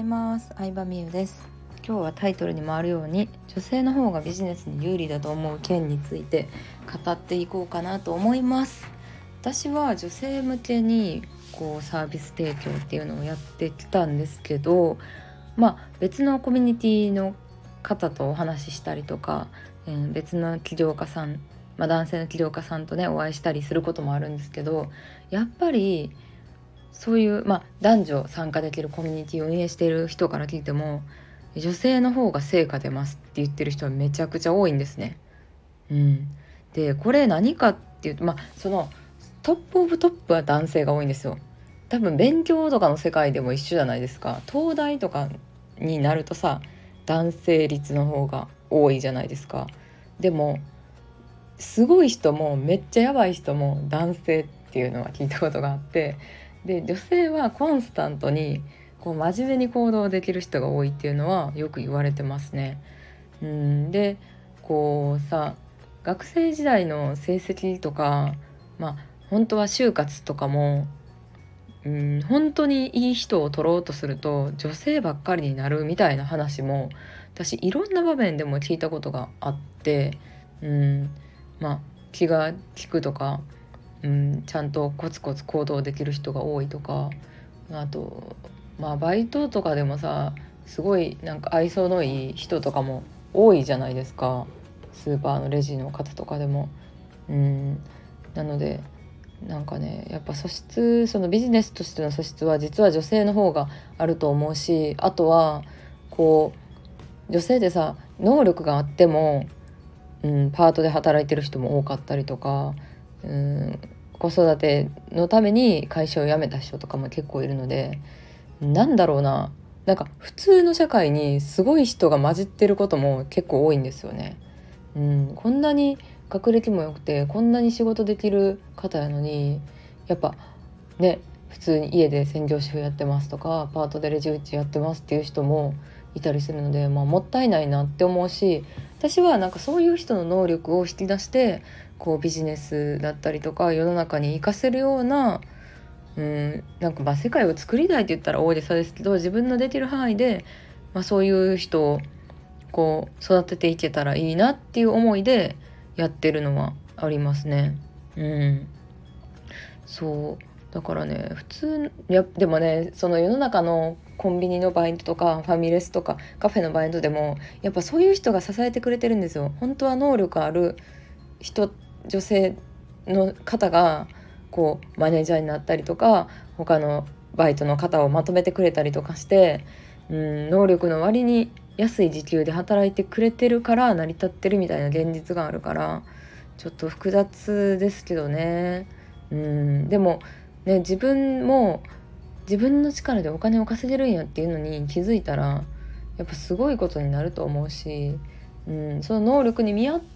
ます。相葉美優です。今日はタイトルにもあるように、女性の方がビジネスに有利だと思う件について語っていこうかなと思います。私は女性向けにサービス提供っていうのをやってきたんですけど、別のコミュニティの方とお話ししたりとか、別の起業家さん、男性の起業家さんとねお会いしたりすることもあるんですけど、やっぱりそういう、男女参加できるコミュニティを運営している人から聞いても、女性の方が成果出ますって言ってる人はめちゃくちゃ多いんですね。でこれ何かっていうと、そのトップオブトップは男性が多いんですよ。多分勉強とかの世界でも一緒じゃないですか。東大とかになるとさ、男性率の方が多いじゃないですか。でもすごい人もめっちゃやばい人も男性っていうのは聞いたことがあって、で女性はコンスタントに真面目に行動できる人が多いっていうのはよく言われてますね。で学生時代の成績とか、本当は就活とかも本当にいい人を取ろうとすると女性ばっかりになるみたいな話も私いろんな場面でも聞いたことがあって、気が利くとか、ちゃんとコツコツ行動できる人が多いとか、あとバイトとかでもさ、すごい愛想のいい人とかも多いじゃないですか。スーパーのレジの方とかでも。なのでやっぱそのビジネスとしての素質は実は女性の方があると思うし、あとは女性でさ、能力があっても、パートで働いてる人も多かったりとか、子育てのために会社を辞めた人とかも結構いるので、普通の社会にすごい人が混じってることも結構多いんですよね。こんなに学歴も良くてこんなに仕事できる方やのに、やっぱね、普通に家で専業主婦やってますとか、パートでレジ打ちやってますっていう人もいたりするので、もったいないなって思うし、私はそういう人の能力を引き出してビジネスだったりとか世の中に活かせるような、世界を作りたいって言ったら大げさですけど、自分のできる範囲で、そういう人を育てていけたらいいなっていう思いでやってるのはありますね。そうだからね、でもね、その世の中のコンビニのバイトとかファミレスとかカフェのバイトでもやっぱそういう人が支えてくれてるんですよ。本当は能力ある女性の方がマネージャーになったりとか、他のバイトの方をまとめてくれたりとかして、能力の割に安い時給で働いてくれてるから成り立ってるみたいな現実があるから、ちょっと複雑ですけどね。でもね、自分も自分の力でお金を稼げるんやっていうのに気づいたら、やっぱすごいことになると思うし、その能力に見合った、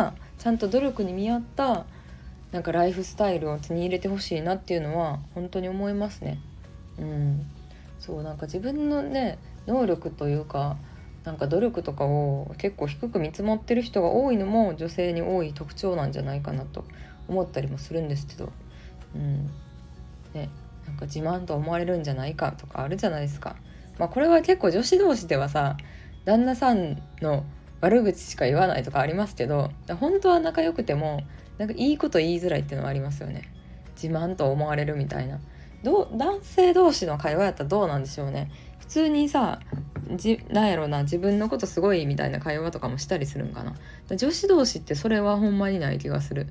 ちゃんと努力に見合ったライフスタイルを手に入れてほしいなっていうのは本当に思いますね。自分のね、能力というか努力とかを結構低く見積もってる人が多いのも女性に多い特徴なんじゃないかなと思ったりもするんですけど、自慢と思われるんじゃないかとかあるじゃないですか。これは結構女子同士ではさ、旦那さんの悪口しか言わないとかありますけど、本当は仲良くてもいいこと言いづらいっていうのはありますよね。自慢と思われるみたいな。男性同士の会話やったらどうなんでしょうね。普通にさ、自分のことすごいみたいな会話とかもしたりするんかな。女子同士ってそれはほんまにない気がする。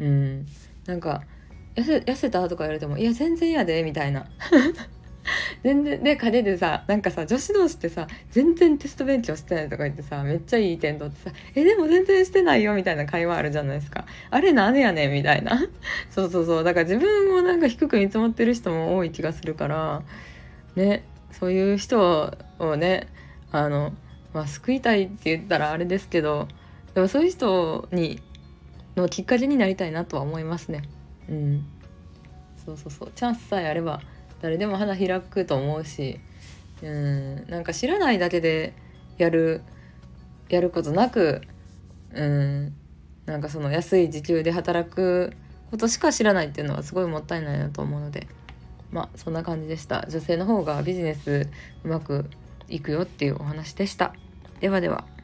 痩せたとか言われても、いや全然やでみたいな全然ね、陰でさ、女子同士ってさ、全然テスト勉強してないとか言ってさ、めっちゃいい点取ってさ、でも全然してないよみたいな会話あるじゃないですか。あれなんでやねんみたいなそうだから自分を低く見積もってる人も多い気がするからね。そういう人をね、救いたいって言ったらあれですけど、でもそういう人のきっかけになりたいなとは思いますね。チャンスさえあれば誰でも花開くと思うし、知らないだけでやることなく、その安い時給で働くことしか知らないっていうのはすごいもったいないなと思うので、そんな感じでした。女性の方がビジネスうまくいくよっていうお話でした。ではでは。